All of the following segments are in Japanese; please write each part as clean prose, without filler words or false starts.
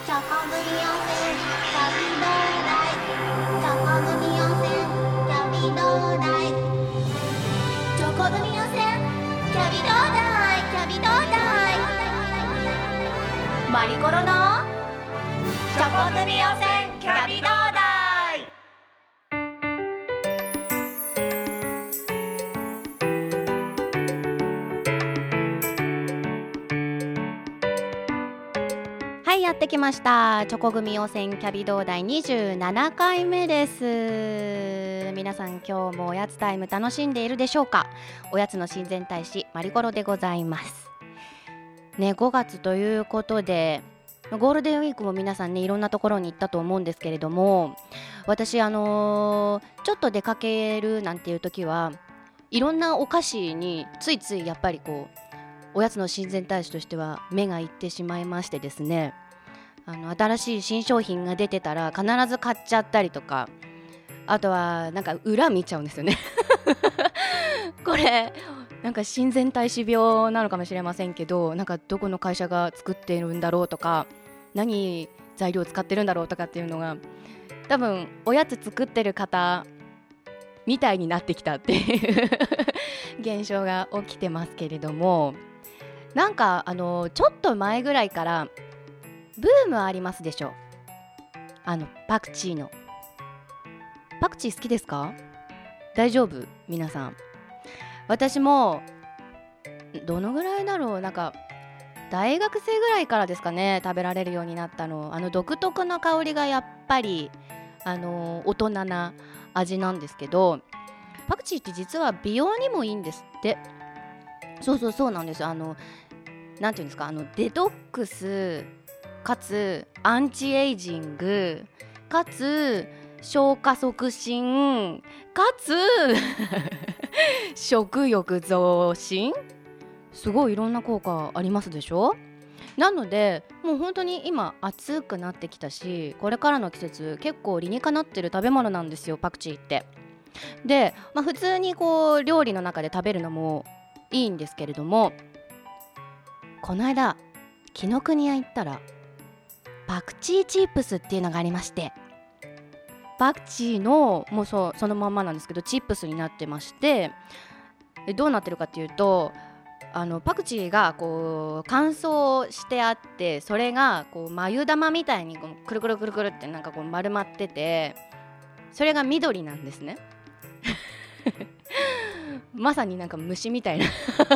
チョコ組温泉キャビどうだい、チョコ組温泉キャビどうだい、チョコ組温泉キャビどうだい、キャビどうだい、マリコロのチョコ組温泉キャビどうだい。はい、やってきました。チョコ組温泉キャビ同大27回目です。皆さん今日もおやつタイム楽しんでいるでしょうか。おやつの親善大使マリコロでございますね。5月ということでゴールデンウィークも皆さんねいろんなところに行ったと思うんですけれども、私ちょっと出かけるなんていう時はいろんなお菓子についついやっぱりこうおやつの親善大使としては目がいってしまいましてですね、新しい新商品が出てたら必ず買っちゃったりとか、あとはなんか裏見ちゃうんですよねこれなんか親善大使病なのかもしれませんけど、なんかどこの会社が作っているんだろうとか、何材料を使ってるんだろうとかっていうのが多分おやつ作ってる方みたいになってきたっていう現象が起きてますけれども、なんかちょっと前ぐらいからブームありますでしょ。パクチーのパクチー好きですか？大丈夫？皆さん。私もどのぐらいだろう、なんか大学生ぐらいからですかね、食べられるようになったの。独特な香りがやっぱり大人な味なんですけど、パクチーって実は美容にもいいんですって。そうなんですよ。なんていうんですか、デトックスかつアンチエイジングかつ消化促進かつ食欲増進、すごいいろんな効果ありますでしょ。なのでもう本当に今暑くなってきたし、これからの季節結構理にかなってる食べ物なんですよ、パクチーって。で、普通にこう料理の中で食べるのもいいんですけれども、この間紀ノ国屋行ったらパクチーチップスっていうのがありまして、パクチーのもうそのまんまなんですけどチップスになってまして、どうなってるかっていうと、パクチーがこう乾燥してあって、それがこう眉玉みたいにこうくるくるくるくるってなんかこう丸まってて、それが緑なんですねまさになんか虫みたいな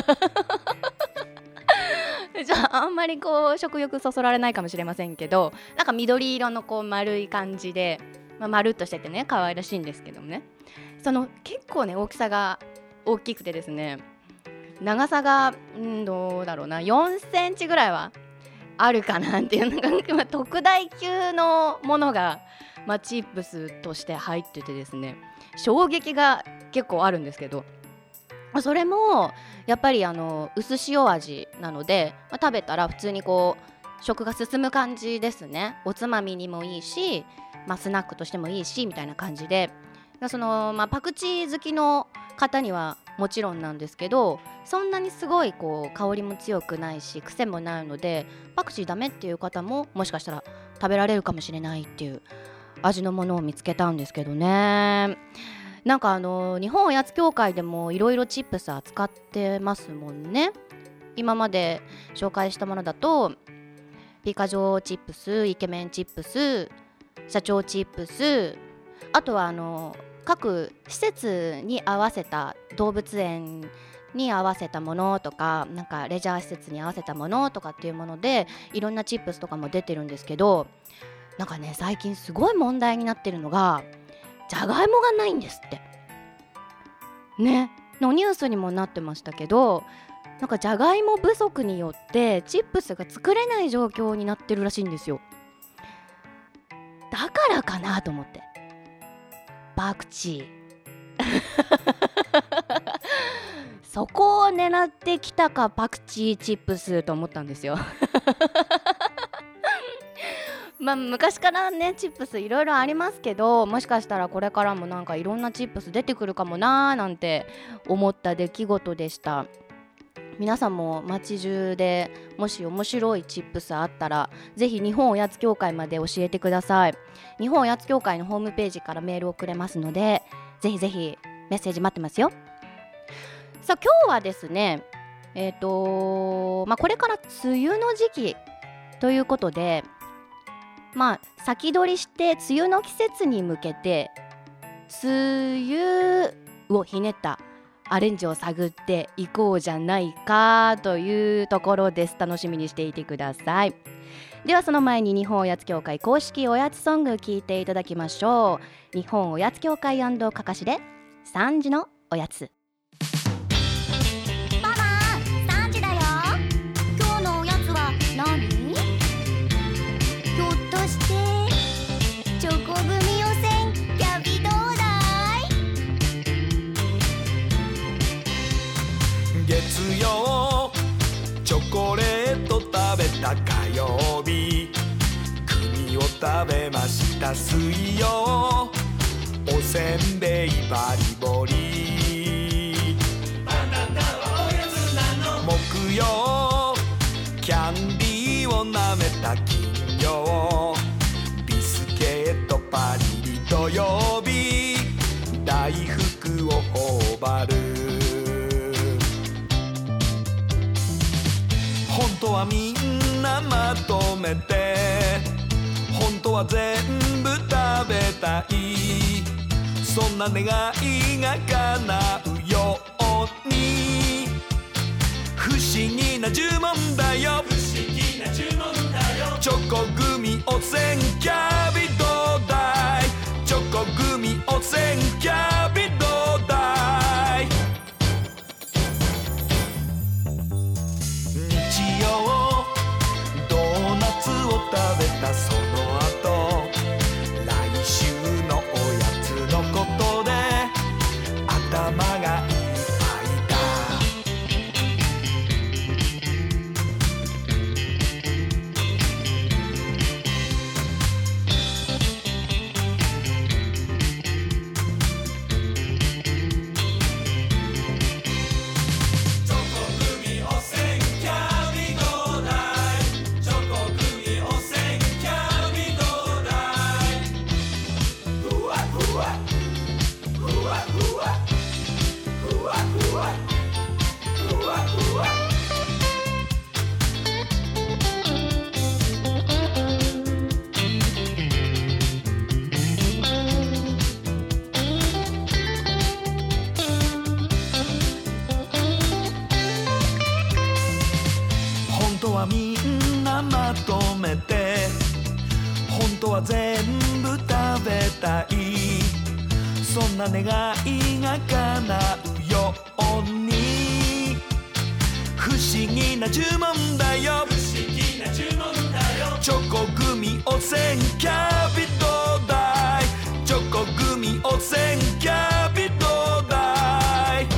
じゃああんまりこう食欲そそられないかもしれませんけど、なんか緑色のこう丸い感じで、丸っとしててね可愛らしいんですけどもね、結構ね大きさが大きくてですね、長さがどうだろうな、4センチぐらいはあるかなっていうのが特大級のものが、チップスとして入っててですね、衝撃が結構あるんですけど、それもやっぱり薄塩味なので、食べたら普通にこう食が進む感じですね。おつまみにもいいし、スナックとしてもいいしみたいな感じで、パクチー好きの方にはもちろんなんですけど、そんなにすごいこう香りも強くないし癖もないので、パクチーダメっていう方ももしかしたら食べられるかもしれないっていう味のものを見つけたんですけどね。なんか日本おやつ協会でもいろいろチップス扱ってますもんね。今まで紹介したものだとピカジョチップス、イケメンチップス、社長チップス、あとは各施設に合わせた、動物園に合わせたものとか、なんかレジャー施設に合わせたものとかっていうものでいろんなチップスとかも出てるんですけど、なんかね最近すごい問題になってるのがじゃがいもがないんですってね。のニュースにもなってましたけど、なんかじゃがいも不足によってチップスが作れない状況になってるらしいんですよ。だからかなと思って、パクチーそこを狙ってきたかパクチーチップスと思ったんですよ昔からねチップスいろいろありますけど、もしかしたらこれからもなんかいろんなチップス出てくるかもなーなんて思った出来事でした。 皆さんも街中でもし面白いチップスあったらぜひ日本おやつ協会まで教えてください。日本おやつ協会のホームページからメールをくれますので、ぜひぜひメッセージ待ってますよ。さあ今日はですねこれから梅雨の時期ということで、先取りして梅雨の季節に向けて梅雨をひねったアレンジを探っていこうじゃないかというところです。楽しみにしていてください。ではその前に日本おやつ協会公式おやつソング聞いていただきましょう。日本おやつ協会&かかしで3時のおやつ。 ママ、3時だよ。今日のおやつは何？ひょっとしてチョコグミ予選キャビどうだい？ 月曜チョコレート食べた火曜日、グミを食べました水曜、おせんべいバリボリ、バナナはおやつなの。木曜キャンディーを舐めた金曜、ビスケットパリリ土曜日、大福を頬張る。本当はみんなまとめて、本当は全部食べたい、そんな願いが叶うように。不思議な呪文だよ、不思議な呪文だよ。チョコグミおせんキャビどうだい、チョコグミおせんキャビどうだい。日曜ドーナツを食べたその後、来週のおやつのことで頭がいっぱいだ。チョコグミおせんキャビどうだい、チョコグミおせんキャビどうだい。ふわふわふわふわふわふわふわふわ。本当はみんなまとめて、本当は全部食べたい、そんな願いが叶うように。不思議な呪文だよ、不思議な呪文だよ。チョコグミおせんキャビどうだい、チョコグミおせんキャビどうだい。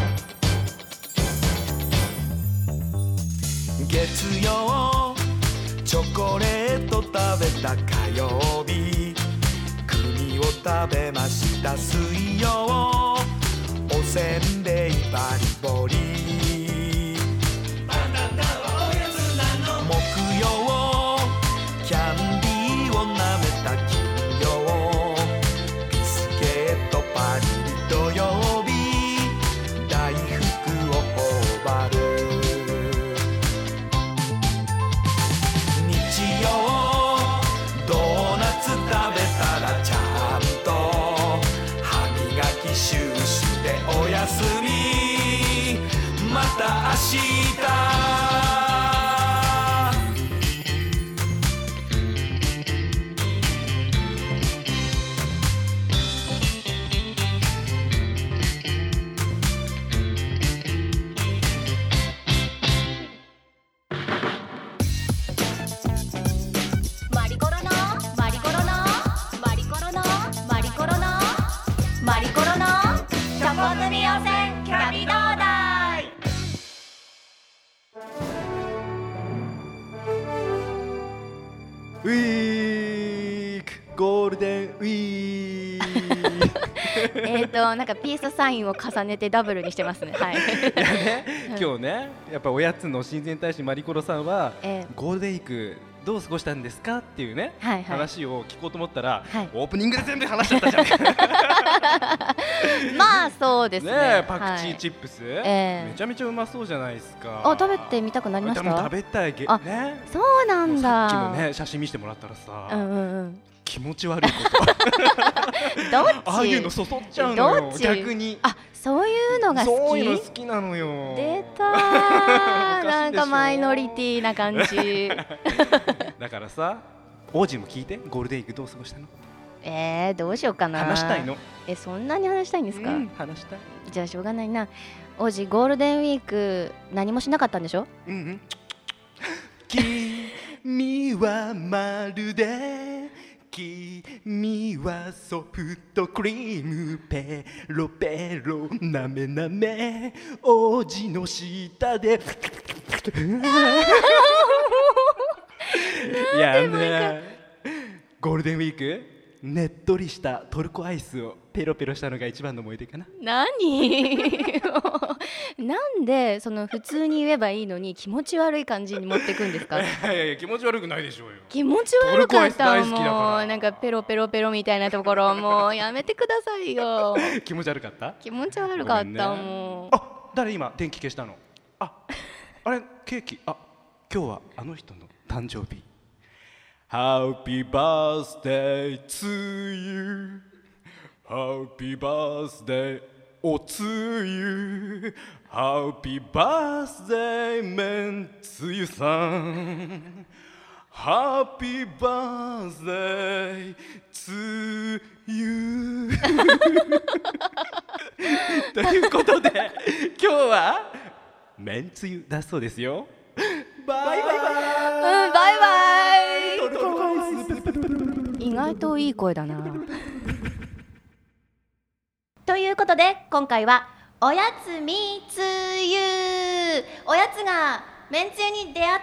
月曜チョコレート食べた火曜日、グミを食べました水曜、おせんべいバリボリ、バナナはおやつなの。木曜キャンディーを舐めた金曜、ビスケットパリリ土曜日、大福を頬張る。日曜ドーナツ食べたらちゃんと歯磨きシューシュでおやすみ、また明日。 マリコロのマリコロのマリコロのマリコロのマリコロのチョコグミ予選キャビどうだい。 ウィークゴールデンウィークなんかピースサインを重ねてダブルにしてますね。はい。 いやね、今日ね、やっぱおやつの親善大使マリコロさんは、ゴールデンウィークどう過ごしたんですかっていうね、 はいはい、 話を聞こうと思ったら、 はい、 オープニングで全部話しちゃったじゃん。 まあそうです ね。 パクチーチップス、めちゃめちゃうまそうじゃないですか。 食べてみたくなりました？ 食べたいね。 そうなんだ。 さっきのね写真見せてもらったらさ、気持ち悪いこと。 どっち？ ああいうのそそっちゃうのよ。逆に。 そういうのが好き？ そういうの好きなのよ。 出たー。なんかマイノリティな感じ。 だからさ、王子も聞いて、ゴールデンウィークどう過ごしたの？ どうしようかな。 話したいの？ そんなに話したいんですか？ 話したい。 じゃあしょうがないな。王子ゴールデンウィーク何もしなかったんでしょ？ 君はまるで君はソフトクリームペロペロなめなめ王子の下でいやね、ゴールデンウィークねっとりしたトルコアイスをペロペロしたのが一番の思い出かな。 何なんでその普通に言えばいいのに気持ち悪い感じに持ってくんですか？ いやいや気持ち悪くないでしょうよ。 気持ち悪かったもうなんかペロペロペロみたいなところもうやめてくださいよ。 気持ち悪かった？気持ち悪かったもん。 誰今電気消したの？あれケーキ。今日はあの人の誕生日。Happy birthday to you Happy birthday おつゆ Happy birthday めんつゆさん Happy birthday to you ということで今日はめんつゆだそうですよ。バイバイバイバイバイ。意外といい声だな。ということで今回はおやつみつゆ、おやつがめんつゆに出会った。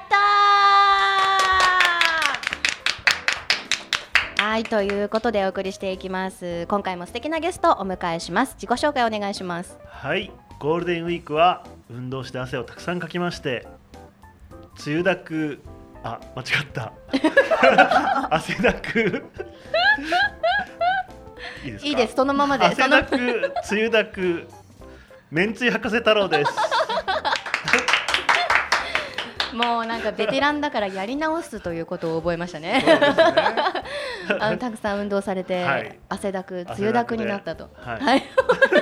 はい、ということでお送りしていきます。今回も素敵なゲストをお迎えします。自己紹介お願いします。 はい、ゴールデンウィークは運動して汗をたくさんかきまして梅雨だく間違った汗だくいいですか？ いいです、そのままで。 汗だく梅雨だくめんつゆ博士太郎ですもうなんかベテランだからやり直すということを覚えましたね。 そうですねたくさん運動されて、はい、汗だく梅雨だくになったと。 はい、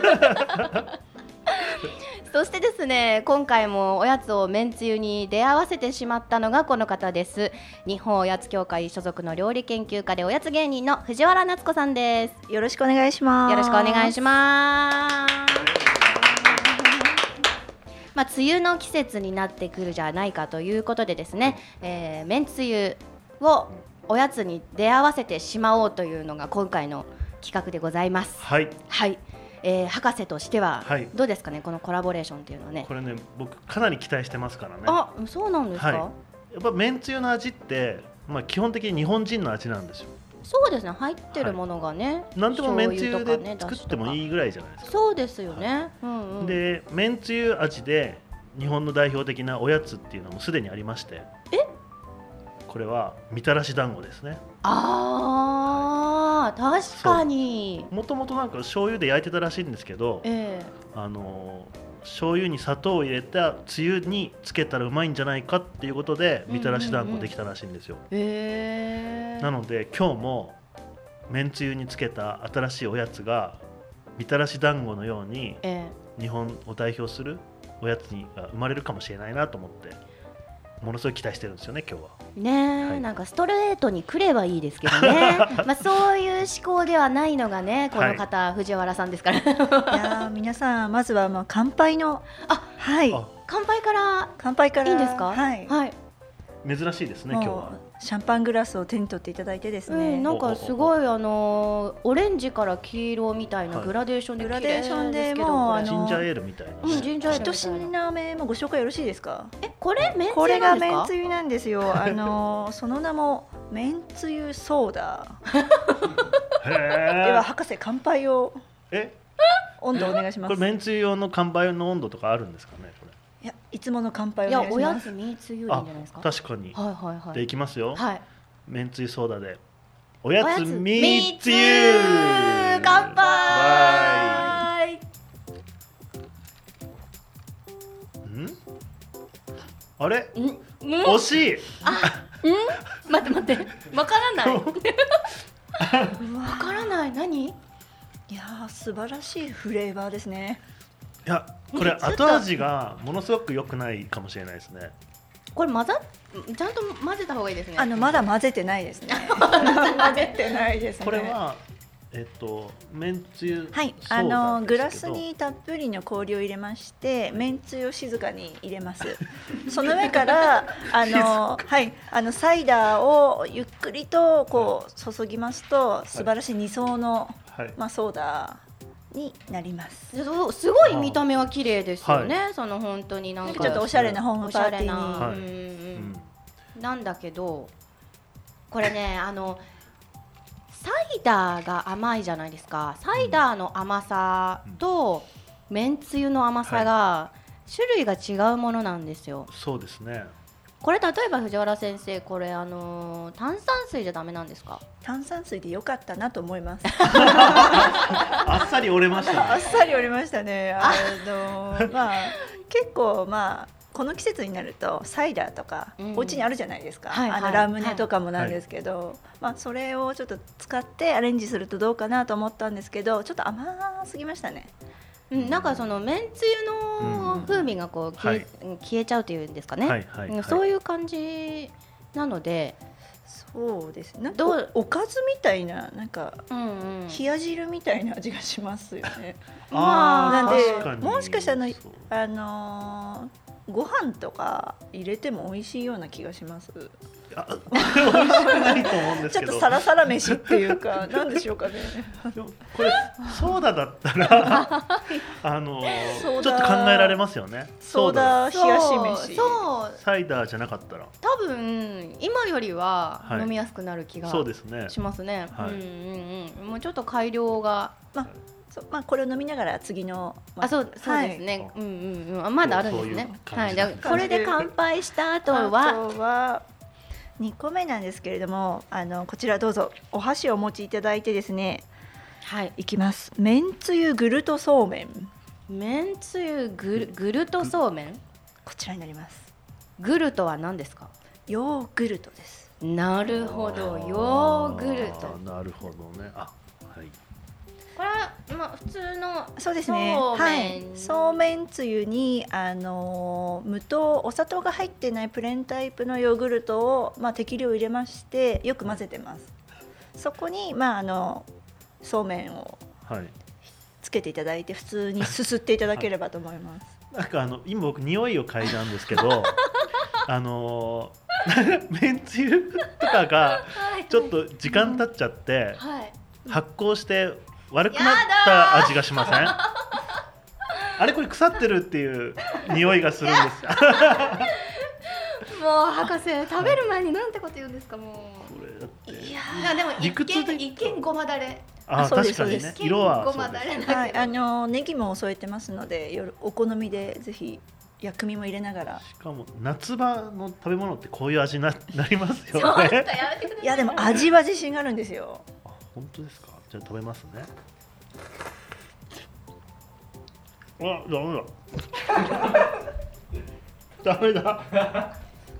そしてですね、今回もおやつをめんつゆに出会わせてしまったのがこの方です。日本おやつ協会所属の料理研究家でおやつ芸人の藤原夏子さんです。 よろしくお願いします。 よろしくお願いします。梅雨の季節になってくるじゃないかということでですね、めんつゆをおやつに出会わせてしまおうというのが今回の企画でございます。 はい、 はい、博士としてはどうですかね、このコラボレーションっていうのはね。 これね、僕かなり期待してますからね。 そうなんですか？ はい、やっぱめんつゆの味って、基本的に日本人の味なんですよ。 そうですね、入ってるものがね、 なんでもめんつゆで作ってもいいぐらいじゃないですか。 そうですよね、 でめんつゆ味で日本の代表的なおやつっていうのもすでにありまして、これはみたらし団子ですね。 確かに。 もともとなんか醤油で焼いてたらしいんですけど、醤油に砂糖を入れたつゆにつけたらうまいんじゃないかっていうことでみたらし団子できたらしいんですよ。なので今日もめんつゆにつけた新しいおやつがみたらし団子のように日本を代表するおやつに生まれるかもしれないなと思ってものすごい期待してるんですよね今日は。 なんかストレートに来ればいいですけどねそういう思考ではないのがね、この方、藤原さんですからいや皆さんまずは乾杯の乾杯からいいんですか？はい、 珍しいですね今日は。 シャンパングラスを手に取っていただいてですね、 なんかすごいオレンジから黄色みたいなグラデーションで綺麗ですけど、 ジンジャーエールみたいな。 ジンジャーエール一品目もご紹介よろしいですか？ これめんつゆなんですか？ これがめんつゆなんですよ。その名もめんつゆソーダでは博士乾杯を。 温度お願いします。 これめんつゆ用の乾杯の温度とかあるんですかね。これいや、いつもの乾杯お願いします。 いや、おやつめんつゆいいんじゃないですか。 確かに。 はいはいはい。 でいきますよ。 はい。 めんつゆソーダでおやつみつゆ乾杯。 あれ惜しい。 待ってわからないわからない。何？ いや素晴らしいフレーバーですね。 いやこれ後味がものすごく良くないかもしれないですね。 これちゃんと混ぜた方がいいですね。 まだ混ぜてないですね。混ぜてないですね。 これはめんつゆはい、グラスにたっぷりの氷を入れまして、めんつゆを静かに入れます。その上からサイダーをゆっくりとこう注ぎますと、素晴らしい2層の、ソーダになります。 すごい見た目は綺麗ですよね。その本当になんかちょっとおしゃれなホームパーティーに、なんだけどこれねサイダーが甘いじゃないですか。サイダーの甘さとめんつゆの甘さが種類が違うものなんですよ。 そうですね。 これ例えば藤原先生、これ炭酸水じゃダメなんですか？ 炭酸水で良かったなと思います。 あっさり折れましたね。 あっさり折れましたね。結構この季節になるとサイダーとかお家にあるじゃないですか。ラムネとかもなんですけど、それをちょっと使ってアレンジするとどうかなと思ったんですけど、ちょっと甘すぎましたね。 なんかそのめんつゆの風味がこう消えちゃうというんですかね。そういう感じなので。 そうです。なんかおかずみたいな、なんか冷や汁みたいな味がしますよね。なんでもしかしたらご飯とか入れても美味しいような気がします。 美味しくないと思うんですけど、 ちょっとサラサラ飯っていうかなんでしょうかね。 これソーダだったらちょっと考えられますよね。 ソーダ冷やし飯。 サイダーじゃなかったら多分今よりは飲みやすくなる気がしますね。もうちょっと改良がこれを飲みながら次のそうですね。まだあるんですね。これで乾杯した後は 2個目なんですけれども、こちらどうぞお箸をお持ちいただいてですね。いきます。めんつゆグルトそうめん。 めんつゆグルトそうめん、 こちらになります。 グルトは何ですか？ ヨーグルトです。 なるほど、ヨーグルト。 なるほどね。 これは普通のそうですね。そうめんつゆに無糖、お砂糖が入ってないプレーンタイプのヨーグルトを適量入れましてよく混ぜてます。そこにそうめんをつけていただいて普通にすすっていただければと思います。 なんか今僕匂いを嗅いだんですけどめんつゆとかがちょっと時間経っちゃって発酵して悪くなった味がしません？あれこれ腐ってるっていう匂いがするんです。 もう博士食べる前になんてこと言うんですか。もうこれだっていやでも一見ごまだれ。 確かにね。色はごまだれ。 ネギも添えてますのでお好みでぜひ薬味も入れながら。 しかも夏場の食べ物ってこういう味になりますよね。 いやでも味は自信があるんですよ。 本当ですか。じゃあ食べますね。ダメだ。ダメだ。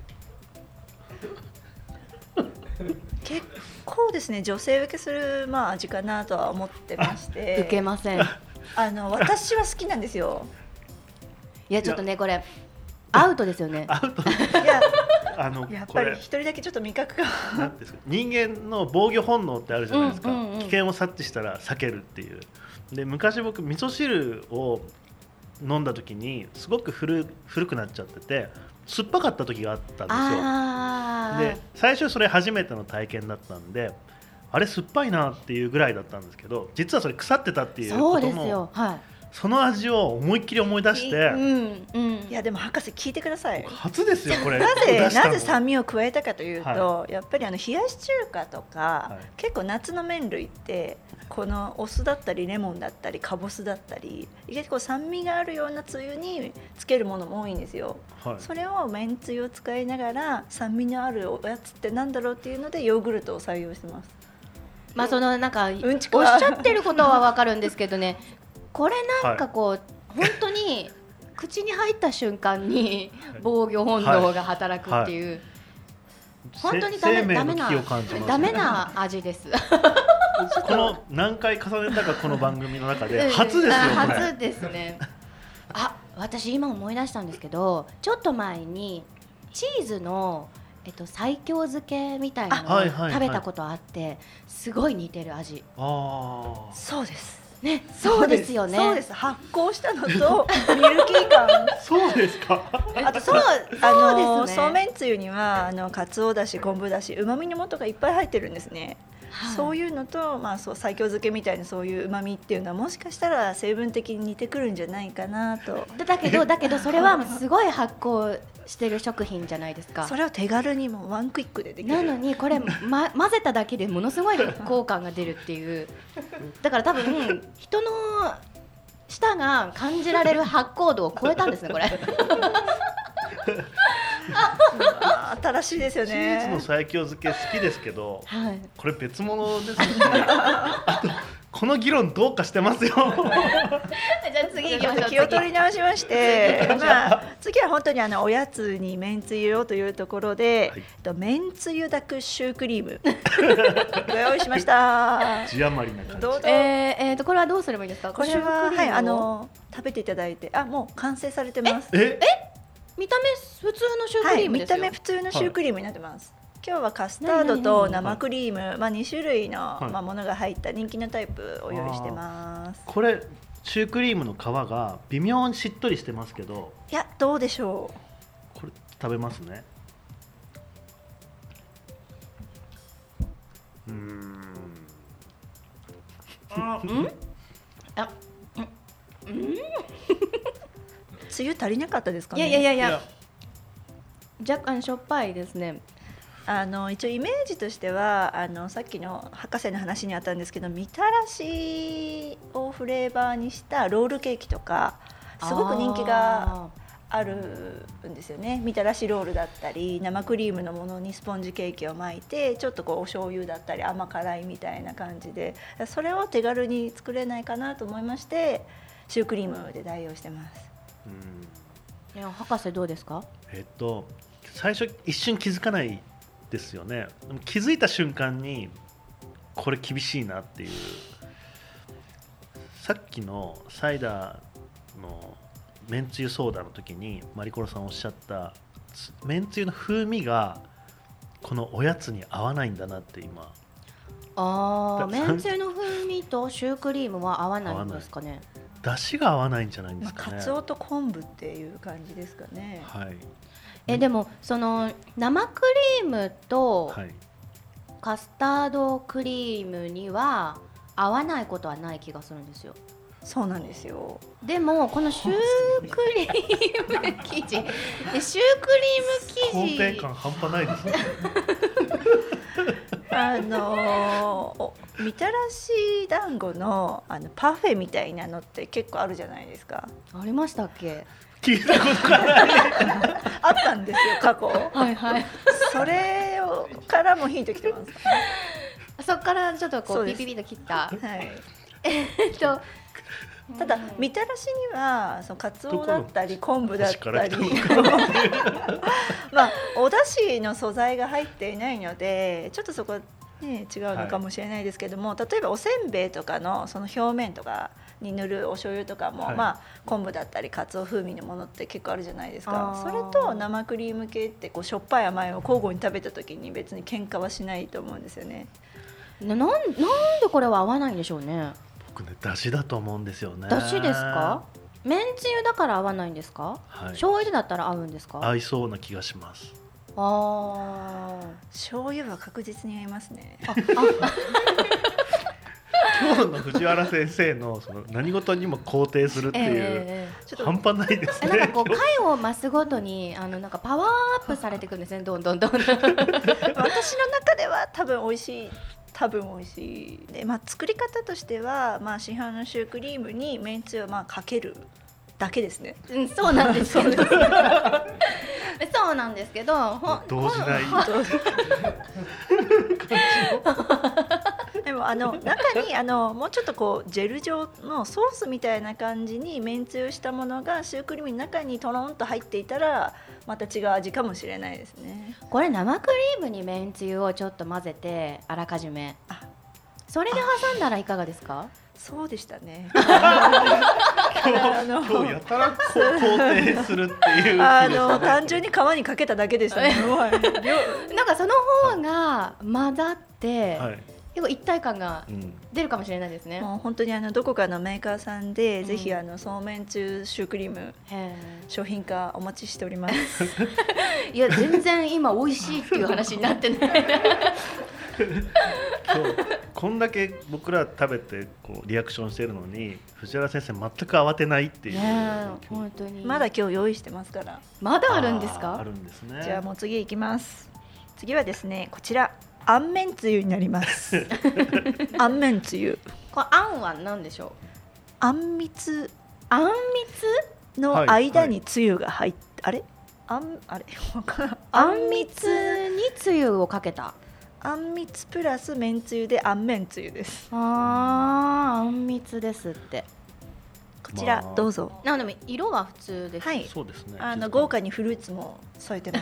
結構ですね、女性受けする味かなとは思ってまして。 受けません。 私は好きなんですよ。 いやちょっとねこれアウトですよね。 アウト。 やっぱり一人だけちょっと味覚がなんですか。人間の防御本能ってあるじゃないですか。危険を察知したら避けるっていう。で昔僕味噌汁を飲んだ時にすごく古くなっちゃってて酸っぱかった時があったんですよ。で最初それ初めての体験だったんであれ酸っぱいなっていうぐらいだったんですけど実はそれ腐ってたっていうこともその味を思いっきり思い出して、 いやでも博士聞いてください。 初ですよこれ。 なぜ酸味を加えたかというと、やっぱり冷やし中華とか、結構夏の麺類ってこのお酢だったりレモンだったりかぼすだったり結構酸味があるようなつゆにつけるものも多いんですよ、それを麺つゆを使いながら酸味のあるおやつってなんだろうっていうのでヨーグルトを採用してます。 まあそのなんかおっしゃってることは分かるんですけどね、これなんかこう、本当に口に入った瞬間に防御本能が働くっていう、本当にダメな味です。 この何回重ねたかこの番組の中で初ですよこれ。 初ですね。あ、私今思い出したんですけど、ちょっと前にチーズの西京漬けみたいなのを食べたことあって、すごい似てる味。 そうですね、そうですよね。 そうです。発酵したのとミルキー感。 そうですか。 あとそうめんつゆにはかつおだし、昆布だし、旨味の素がいっぱい入ってるんですね。そういうのと、そう西京漬けみたいなそういう旨味っていうのはもしかしたら成分的に似てくるんじゃないかなと。 だけどそれはすごい発酵してる食品じゃないですか。 それを手軽にもワンクイックでできる。 なのにこれ、混ぜただけでものすごい効果が出るっていう。だから多分人の舌が感じられる発酵度を超えたんですねこれ。 新しいですよね。 チーズの西京漬け好きですけど、これ別物ですし、あとこの議論どうかしてますよ。じゃあ次行きましょう。 気を取り直しまして、次は本当におやつにめんつゆをというところで、めんつゆだくシュークリームご用意しました。 字余りな感じ。 どうぞ。 これはどうすればいいですか。 これは食べていただいて、もう完成されてます。 見た目普通のシュークリームですよ。 見た目普通のシュークリームになってます。今日はカスタードと生クリーム、2種類のものが入った人気のタイプを用意してます。 これシュークリームの皮が微妙にしっとりしてますけど、 いやどうでしょう。これ食べますね。 つゆ足りなかったですかね。 いや若干しょっぱいですね。 一応イメージとしてはさっきの博士の話にあったんですけど、みたらしをフレーバーにしたロールケーキとかすごく人気があるんですよね。みたらしロールだったり生クリームのものにスポンジケーキを巻いてちょっとお醤油だったり甘辛いみたいな感じで、それを手軽に作れないかなと思いましてシュークリームで代用してます。 いや博士どうですか。 最初一瞬気づかないですよね。でも気づいた瞬間にこれ厳しいなっていう。さっきのサイダーのめんつゆソーダの時にマリコロさんおっしゃっためんつゆの風味がこのおやつに合わないんだなって今。 めんつゆの風味とシュークリームは合わないんですかね。 出汁が合わないんじゃないんですかね。 かつおと昆布っていう感じですかね。 でもその生クリームとカスタードクリームには合わないことはない気がするんですよ。 そうなんですよ。 でもこのシュークリーム生地シュークリーム生地肯定感半端ないですね。 みたらし団子のパフェみたいなのって結構あるじゃないですか。 ありましたっけ。 聞いたことがない。 あったんですよ過去。それからもヒントきてます。 そこからちょっとピピピと切った。 ただみたらしにはそのカツオだったり昆布だったりお出汁の素材が入っていないのでちょっとそこね違うのかもしれないですけども、例えばおせんべいとかのその表面とかに塗るお醤油とかも、昆布だったりカツオ風味のものって結構あるじゃないですか。それと生クリーム系ってしょっぱい甘いを交互に食べた時に別に喧嘩はしないと思うんですよね。 なんでこれは合わないんでしょうね。 僕ね出汁だと思うんですよね。 出汁ですか。めんつゆだから合わないんですか。醤油だったら合うんですか。 合いそうな気がします。 醤油は確実に合いますね。 今日の藤原先生のその何事にも肯定するっていう、 ちょっと半端ないですね。 なんかこう回を増すごとになんかパワーアップされていくんですね。どんどんどんどん。 私の中では多分美味しいで、作り方としては、市販のシュークリームにめんつゆをかけるだけですね。 うん、そうなんですけどそうなんですけど、 動じないでも中にもうちょっとこうジェル状のソースみたいな感じにめんつゆしたものがシュークリームの中にとろんと入っていたらまた違う味かもしれないですね。 これ生クリームにめんつゆをちょっと混ぜてあらかじめ、それで挟んだらいかがですか？ そうでしたね。 今日やたら肯定するっていう単純に皮にかけただけでしたね。 なんかその方が混ざって、結構一体感が出るかもしれないですね。 もう本当にどこかのメーカーさんで、ぜひそうめんつゆシュークリーム商品化お待ちしております。 いや全然今美味しいっていう話になってない今日こんだけ僕ら食べてこうリアクションしてるのに藤原先生全く慌てないっていう、 本当にまだ今日用意してますから。 まだあるんですか？ あるんですね。 じゃあもう次いきます。次はですね、こちらあんめんつゆになります。あんめんつゆ、 これあんは何でしょう？ あんみつの間につゆが入って、あんみつにつゆをかけたあんみつプラスめんつゆであんめんつゆです。 あんみつですって。 こちらどうぞ。 でも色は普通です。 はい、 そうですね。 豪華にフルーツも添えてます。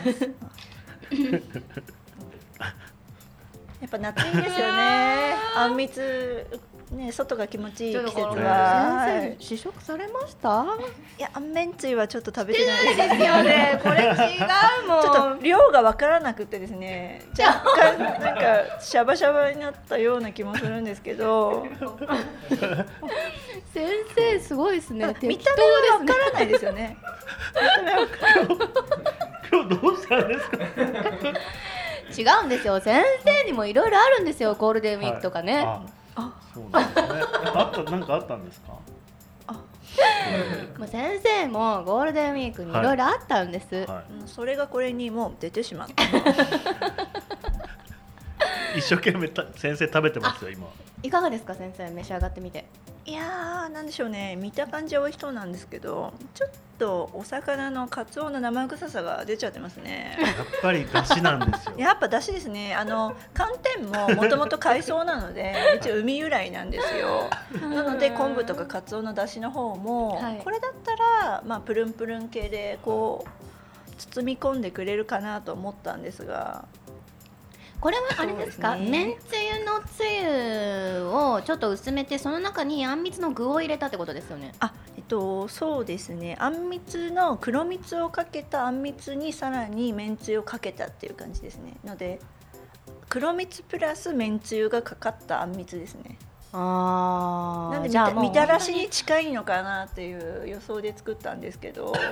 やっぱ夏いいですよね。あんみつね、外が気持ちいい季節は。 先生試食されました？ いや、あんめんつゆはちょっと食べてないですよね。これ違うもん。 ちょっと量が分からなくてですね、若干なんかシャバシャバになったような気もするんですけど。 先生すごいですね。 見た目は分からないですよね。 今日どうしたんですか？ 違うんですよ。先生にもいろいろあるんですよ。ゴールデンウィークとかね。 そうなんですね。なんかあったんですか？ もう先生もゴールデンウィークにいろいろあったんです。 それがこれにもう出てしまった。 一生懸命先生食べてますよ今。 いかがですか先生、召し上がってみて。 いやー、なんでしょうね、見た感じは美味しそうなんですけど、ちょっとお魚のカツオの生臭さが出ちゃってますね。 やっぱり出汁なんですよ。 やっぱ出汁ですね。寒天ももともと海藻なので一応海由来なんですよ。なので昆布とかカツオの出汁の方も、これだったらプルンプルン系でこう包み込んでくれるかなと思ったんですが、 これはあれですか？めんつゆのつゆをちょっと薄めて、その中にあんみつの具を入れたってことですよね。 そうですね。あんみつの黒蜜をかけたあんみつにさらにめんつゆをかけたっていう感じですね。ので黒蜜プラスめんつゆがかかったあんみつですね。なんでみたらしに近いのかなっていう予想で作ったんですけど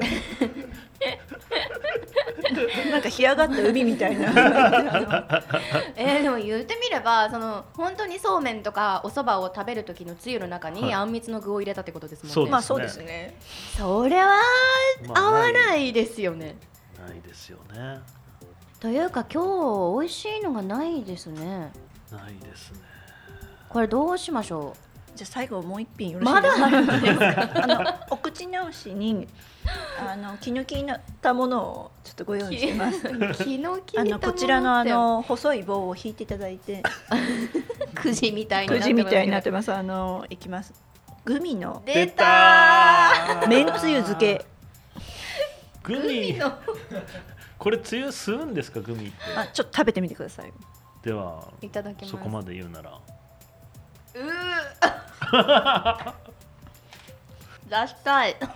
なんか干上がった海みたいなでも言ってみれば本当にそうめんとかお蕎麦を食べる時のつゆの中にあんみつの具を入れたってことですもんね。 そうですね。 それは合わないですよね。 ないですよね。 というか今日美味しいのがないですね。 ないですね。 これどうしましょう？ じゃあ最後もう一品よろしいですか？まだあるんですか？お口直しに気抜きになったものをちょっとご用意してます。こちらの細い棒を引いていただいてくじみたいになってます。いきます。グミの出ためんつゆ漬け。 グミのこれつゆ吸うんですか？グミってちょっと食べてみてください。 ではいただきます。 そこまで言うなら出したい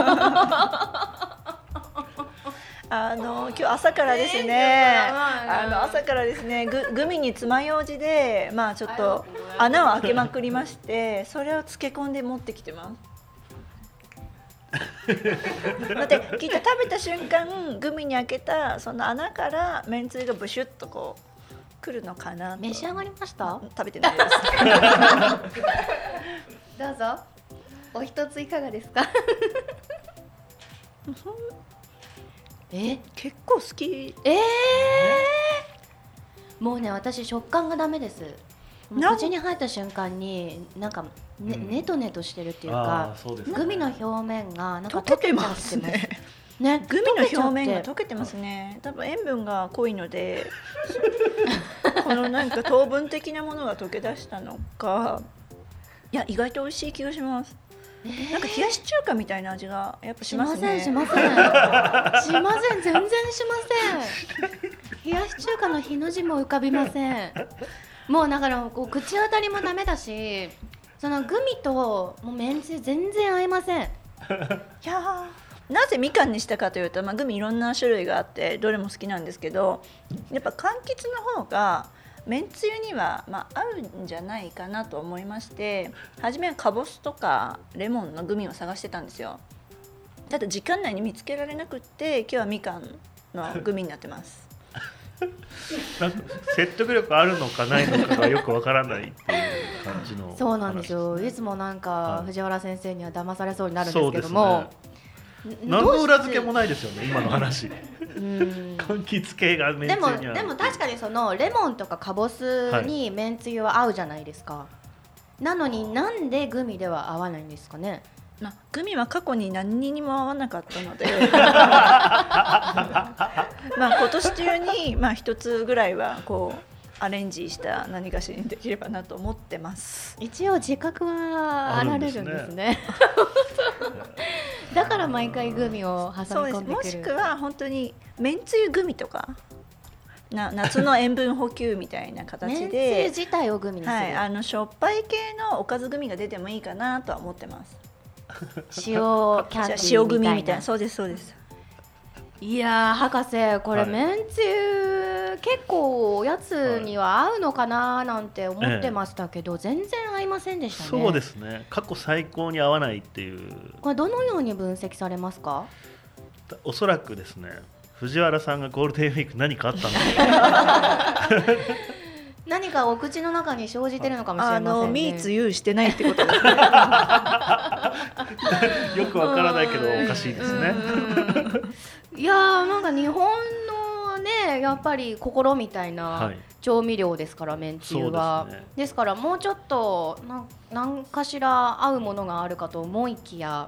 今日朝からですね、朝からですね、グミに爪楊枝でちょっと穴を開けまくりまして、それを漬け込んで持ってきてますだってきっと食べた瞬間グミに開けたその穴からめんつゆがブシュッとこう来るのかなと。 召し上がりました？ 食べてないですどうぞお一ついかがですか？ 結構好き。 もうね私食感がダメです。口に入った瞬間になんかネトネトしてるっていうか、グミの表面がなんか溶けちゃってますね。 グミの表面が溶けてますね。多分塩分が濃いのでこのなんか糖分的なものが溶け出したのか、いや意外と美味しい気がします。なんか冷やし中華みたいな味がやっぱしますね。 しません全然しません。冷やし中華の日の字も浮かびません。もうだからこう口当たりもダメだし、そのグミともうめんつゆ全然合いません。いやなぜみかんにしたかというと、グミいろんな種類があってどれも好きなんですけど、やっぱ柑橘の方がめんつゆには合うんじゃないかなと思いまして、初めはかぼすとかレモンのグミを探してたんですよ。ただ時間内に見つけられなくって、今日はみかんのグミになってますなんか説得力あるのかないのかがよくわからないっていう感じのそうなんですよ。いつもなんか藤原先生には騙されそうになるんですけども、 何の裏付けもないですよね今の話。柑橘系がめんつゆにはでも確かにそのレモンとかかぼすにめんつゆは合うじゃないですか。なのになんでグミでは合わないんですかね。 グミは過去に何にも合わなかったので今年中に一つぐらいはこうアレンジした何かしらにできればなと思ってます。 一応自覚はあられるんですね。だから毎回グミを挟み込んでくる。 もしくは本当にめんつゆグミとか夏の塩分補給みたいな形でめんつゆ自体をグミにする、 しょっぱい系のおかずグミが出てもいいかなとは思ってます。 塩キャンディーみたいな。 塩グミみたいな。そうですそうです。 いやー博士これめんつゆ結構おやつには合うのかななんて思ってましたけど、全然合いませんでしたね。 そうですね。過去最高に合わないっていう。 これどのように分析されますか？ おそらくですね、藤原さんがゴールデンウィーク何かあったんだろう何かお口の中に生じてるのかもしれませんね。 ミーツユーしてないってことですねよくわからないけどおかしいですねいやなんか日本のねやっぱり心みたいな調味料ですから、めんつゆは。ですからもうちょっと何かしら合うものがあるかと思いきや、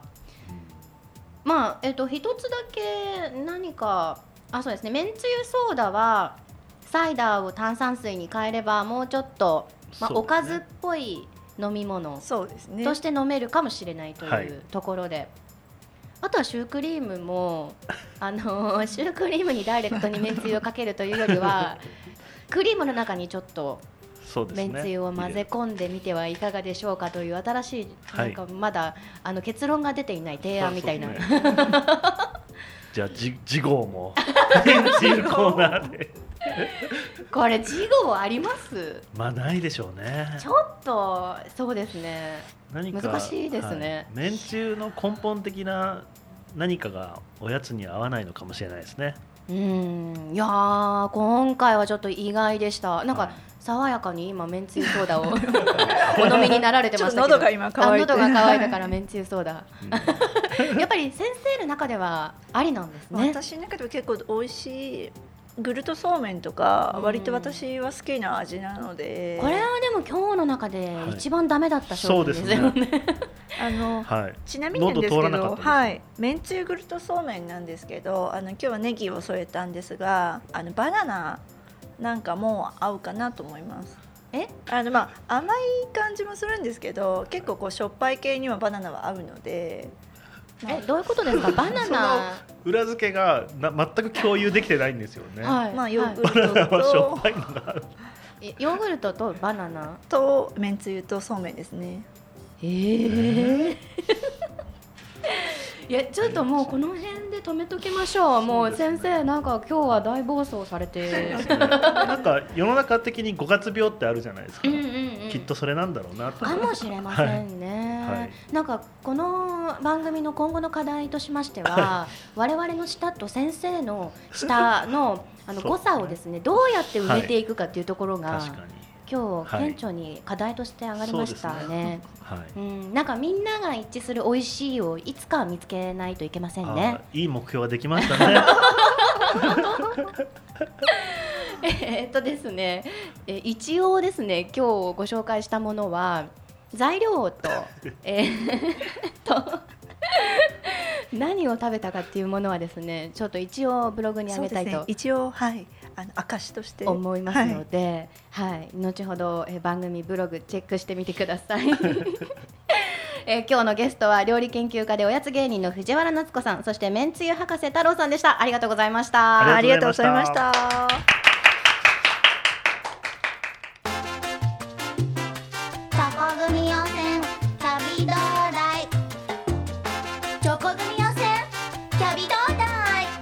一つだけ何かそうですね、めんつゆソーダはサイダーを炭酸水に変えればもうちょっと、おかずっぽい飲み物として飲めるかもしれないというところで、あとはシュークリームもシュークリームにダイレクトにめんつゆをかけるというよりはクリームの中にちょっとめんつゆを混ぜ込んでみてはいかがでしょうかという新しい、なんかまだ結論が出ていない提案みたいな。 じゃあ次号もめんつゆコーナーでこれ次号あります？ ないでしょうね。 ちょっとそうですね、難しいですね。 めんつゆの根本的な何かがおやつに合わないのかもしれないですね。 いや今回はちょっと意外でした。なんか爽やかに今めんつゆソーダをお飲みになられてましたけど、 喉が今乾いて、 喉が渇いたからめんつゆソーダやっぱり先生の中ではありなんですね。 私の中では結構美味しいグルトそうめんとか割と私は好きな味なので、 これはでも今日の中で一番ダメだった商品ですよね。 ちなみになんですけど、めんつゆグルトそうめんなんですけど、今日はネギを添えたんですが、バナナなんかも合うかなと思います。甘い感じもするんですけど、結構こうしょっぱい系にはバナナは合うので。 どういうことですか？バナナその裏付けが全く共有できてないんですよね。 ヨーグルトとしょっぱいのがある。 ヨーグルトとバナナとめんつゆとそうめんですね。 いやちょっともうこの辺で止めときましょう。もう先生なんか今日は大暴走されてなんか世の中的に5月病ってあるじゃないですか。 きっとそれなんだろうなとかもしれませんね、 はいはい、 なんかこの番組の今後の課題としましては我々の舌と先生の舌の誤差をですねどうやって埋めていくかっていうところが、 確かに今日顕著に課題として上がりましたね。 はい、 なんかみんなが一致する美味しいをいつか見つけないといけませんね。 いい目標ができましたね。 ですね、一応ですね今日ご紹介したものは材料と何を食べたかっていうものはですねちょっと一応ブログに上げたいと、 一応はい証として思いますので、はい後ほど番組ブログチェックしてみてください。今日のゲストは料理研究家でおやつ芸人の藤原夏子さん、そしてめんつゆ博士太郎さんでした。ありがとうございました。 ありがとうございました。 チョコ組予選旅どうだい、チョコ組予選キャビどうだい、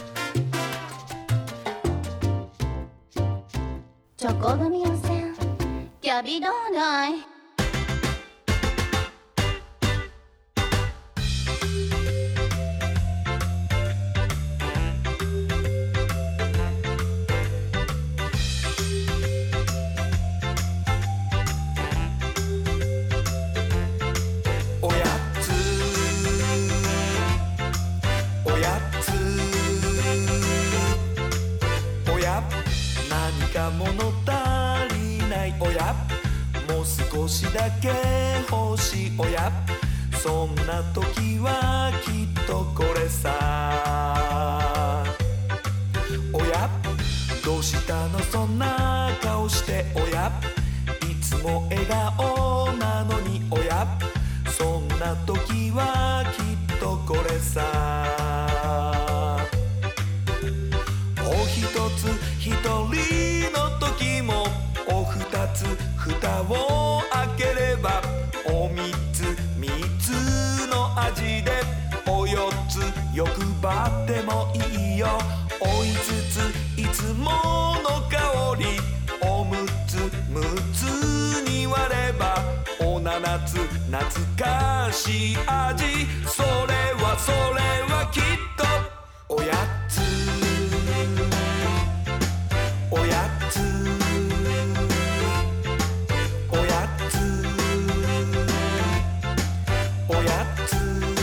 チョコ組予選キャビどうだい。 少しだけ欲しいおやそんな時はきっとこれさ。おやどうしたのそんな顔しておやいつも笑顔なのにおやそんな時はきっとこれさ。お一つ一人の時もお二つ蓋を開ければお三つ三つの味でお四つ欲張ってもいいよ。お五ついつもの香りお六つ六つに割ればお七つ懐かしい味。それはきっとおやつおやつおやつおやつ。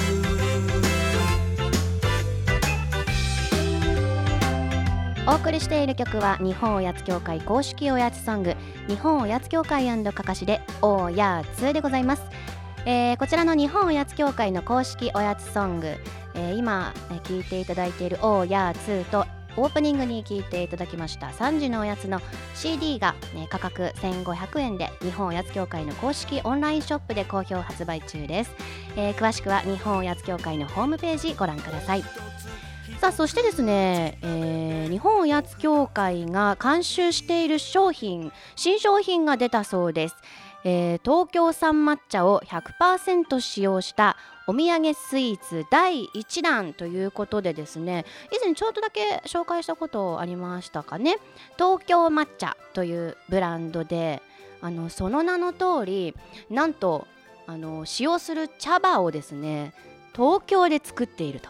お送りしている曲は日本おやつ協会公式おやつソング日本おやつ協会&かかしでおやつでございます。こちらの日本おやつ協会の公式おやつソング、今聴いていただいているおやつとオープニングに聴いていただきました3時のおやつの CD が、価格1500円で日本おやつ協会の公式オンラインショップで好評発売中です。詳しくは日本おやつ協会のホームページご覧ください。さあそしてですね、日本おやつ協会が監修している新商品が出たそうです。東京産抹茶を 100% 使用したお土産スイーツ第1弾ということでですね、以前ちょっとだけ紹介したことありましたかね。東京抹茶というブランドでその名の通りなんと使用する茶葉をですね東京で作っていると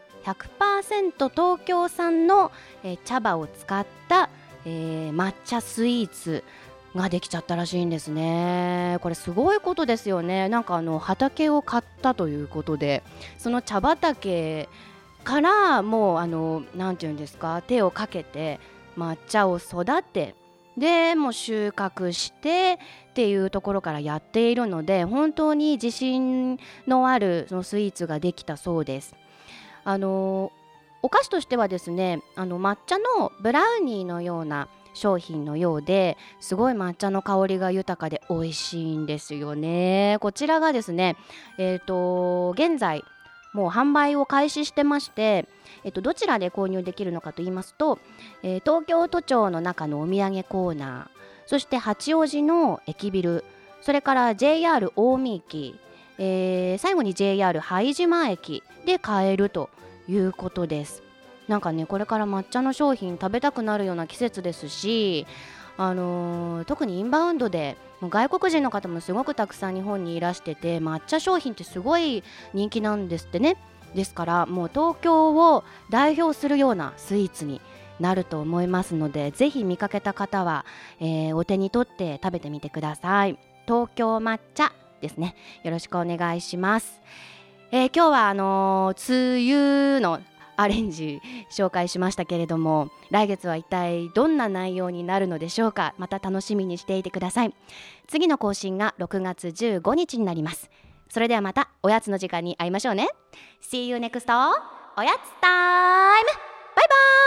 100% 東京産の茶葉を使った、抹茶スイーツができちゃったらしいんですね。これすごいことですよね。なんか畑を買ったということでその茶畑からもうなんていうんですか手をかけて抹茶を育てでもう収穫してっていうところからやっているので本当に自信のあるそのスイーツができたそうです。お菓子としてはですね抹茶のブラウニーのような商品のようですごい抹茶の香りが豊かで美味しいんですよね。こちらがですね現在もう販売を開始してまして、どちらで購入できるのかと言いますと、東京都庁の中のお土産コーナー、そして八王子の駅ビル、それから JR 大見駅、最後に JR 拝島駅で買えるということです。なんかねこれから抹茶の商品食べたくなるような季節ですし特にインバウンドで外国人の方もすごくたくさん日本にいらしてて、抹茶商品ってすごい人気なんですってね。ですからもう東京を代表するようなスイーツになると思いますので、ぜひ見かけた方は、お手に取って食べてみてください。東京抹茶ですね。よろしくお願いします。今日は梅雨のアレンジ紹介しましたけれども、来月は一体どんな内容になるのでしょうか。また楽しみにしていてください。次の更新が6月15日になります。それではまたおやつの時間に会いましょうね。See you next おやつタイム。バイバイ。